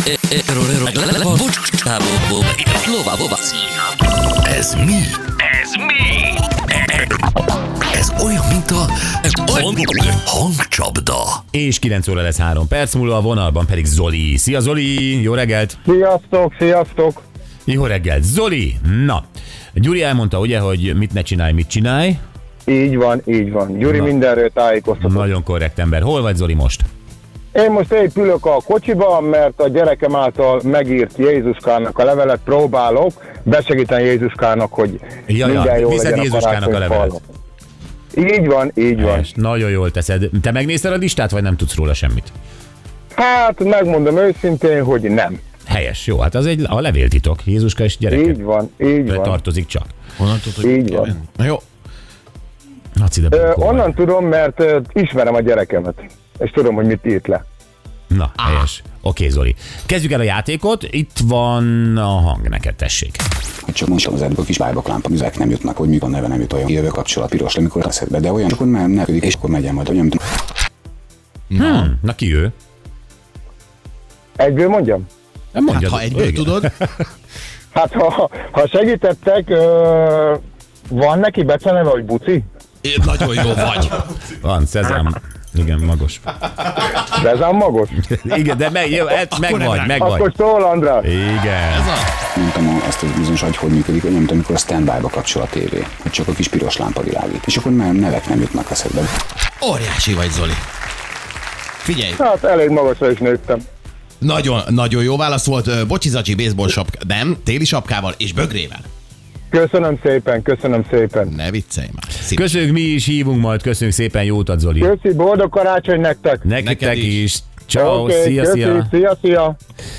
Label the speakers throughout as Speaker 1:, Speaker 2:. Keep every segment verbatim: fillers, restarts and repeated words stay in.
Speaker 1: Ez mi? Ez mi? Ez olyan, mint a hangcsapda.
Speaker 2: És kilenc óra lesz három perc múlva, a vonalban pedig Zoli. Szia Zoli, jó reggelt!
Speaker 3: Sziasztok, sziasztok!
Speaker 2: Jó reggelt, Zoli! Na, Gyuri elmondta ugye, hogy mit ne csinálj, mit csinálj.
Speaker 3: Így van, így van. Gyuri Na. mindenről tájékoztatott.
Speaker 2: Nagyon korrekt ember. Hol vagy, Zoli, most?
Speaker 3: Én most épülök a kocsiba, mert a gyerekem által megírt Jézuskának a levelet próbálok, besegíteni Jézuskának, hogy
Speaker 2: ja,
Speaker 3: minden
Speaker 2: ja,
Speaker 3: jól
Speaker 2: viszed
Speaker 3: legyen
Speaker 2: Jézuskának a levelet.
Speaker 3: Falnak. Így van, így van.
Speaker 2: És nagyon jól teszed. Te megnézted a listát, vagy nem tudsz róla semmit?
Speaker 3: Hát megmondom őszintén, hogy nem.
Speaker 2: Helyes, jó. Hát az egy a levéltitok. Jézuska és gyereke.
Speaker 3: Így van, így van.
Speaker 2: Tartozik csak.
Speaker 4: Honnan tudod, hogy
Speaker 3: így van.
Speaker 4: Na jó.
Speaker 3: Ö, onnan tudom, mert ö, ismerem a gyerekemet, és tudom, hogy mit írt le.
Speaker 2: Na, ah. helyes. Oké, Zoli. Kezdjük el a játékot. Itt van a hang, neked tessék.
Speaker 5: Hogy csak most az ebből kis bájbaklámpa műzek nem jutnak, hogy mikor neve nem jut olyan jövő kapcsolat piros, amikor eszedbe, de olyan, akkor már nem ködik, és akkor megyen majd olyan.
Speaker 2: Na, hmm. Na ki ő?
Speaker 3: Egyből mondjam?
Speaker 2: Nem mondjad,
Speaker 4: hát, ha egyből igen. tudod.
Speaker 3: Hát ha, ha segítettek, ö, van neki beceneve, hogy Buci?
Speaker 4: É, nagyon jó vagy.
Speaker 2: Van, Szezám. Igen, magos.
Speaker 3: Szezám magos?
Speaker 2: Igen, de meg, jó, meg, meg vagy, meg vagy.
Speaker 3: Akkor szól, András.
Speaker 2: Igen.
Speaker 4: Ez a...
Speaker 5: Mondtam azt az bizonyos, hogy hogy működik, olyan, mint amikor a standby-ba kapcsol a tévé, hogy csak a kis piros lámpa világít, és akkor már nevek nem jutnak eszedbe.
Speaker 4: Óriási vagy, Zoli. Figyelj.
Speaker 3: Hát elég magasra is nőttem.
Speaker 4: Nagyon, nagyon jó válasz volt. Bocsizacsi baseball sapk, nem, téli sapkával és bögrével.
Speaker 3: Köszönöm szépen, köszönöm szépen.
Speaker 4: Ne viccelj már. Szíves.
Speaker 2: Köszönjük, mi is hívunk majd, köszönjük szépen, jó utat, Zoli.
Speaker 3: Köszi, boldog karácsony nektek.
Speaker 2: Nektek is. is. Ciao,
Speaker 3: okay,
Speaker 2: szia,
Speaker 3: köszi,
Speaker 2: szia.
Speaker 3: szia, szia.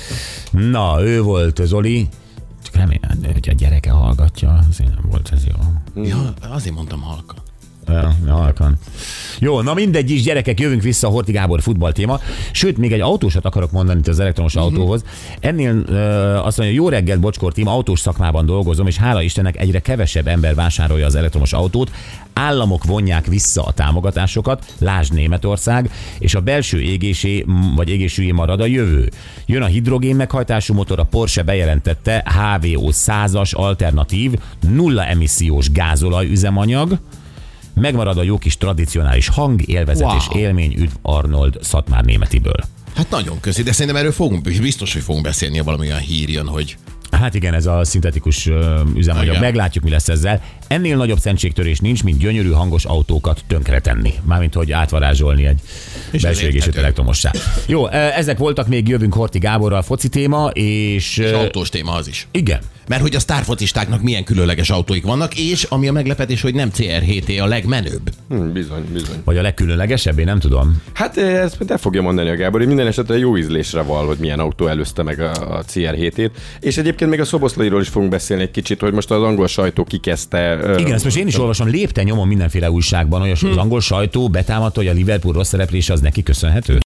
Speaker 2: Na, ő volt Zoli. Csak remélem, hogy a gyereke hallgatja, azért nem volt ez jó.
Speaker 4: Ja, azért mondtam halka.
Speaker 2: Ja, halkan. Jó, na mindegy is, gyerekek, jövünk vissza a Horthy Gábor futball téma. Sőt, még egy autósat akarok mondani itt az elektromos mm-hmm. autóhoz. Ennél uh, azt mondja, jó reggelt, Bocskor Tím, autós szakmában dolgozom, és hála Istennek egyre kevesebb ember vásárolja az elektromos autót. Államok vonják vissza a támogatásokat, lásd Németország, és a belső égésé vagy égésűé marad a jövő. Jön a hidrogén meghajtású motor, a Porsche bejelentette há vé o százas alternatív, nulla emissziós gázolaj üzemanyag. Megmarad a jó kis tradicionális hang, élvezet wow. és élmény, üdv Arnold Szatmár Németiből.
Speaker 4: Hát nagyon köszi, de szerintem erről fogunk, biztos, hogy fogunk beszélni, ha valami olyan hír jön, hogy...
Speaker 2: Hát igen, ez a szintetikus uh, üzemanyag. Igen. Meglátjuk, mi lesz ezzel. Ennél nagyobb szentségtörés nincs, mint gyönyörű hangos autókat tönkretenni. Mármint, hogy átvarázsolni egy belső égésűt elektromossá. Jó, ezek voltak, még jövünk Horthy Gáborral, foci téma, és...
Speaker 4: És autós téma az is.
Speaker 2: Igen.
Speaker 4: Mert hogy a sztárfocistáknak milyen különleges autóik vannak, és ami a meglepetés, hogy nem cé er hét té a legmenőbb.
Speaker 6: Hmm, bizony, bizony.
Speaker 2: Vagy a legkülönlegesebb, én nem tudom.
Speaker 6: Hát ezt el fogja mondani a Gábor, hogy minden esetre jó ízlésre val, hogy milyen autó előzte meg a, a cé er hét tét. És egyébként még a Szoboszlairól is fogunk beszélni egy kicsit, hogy most az angol sajtó kikezdte.
Speaker 2: Igen, ezt most én is olvasom, lépten nyomon mindenféle újságban, hogy az angol sajtó betámadta, hogy a Liverpool rossz szereplése az neki köszönhető.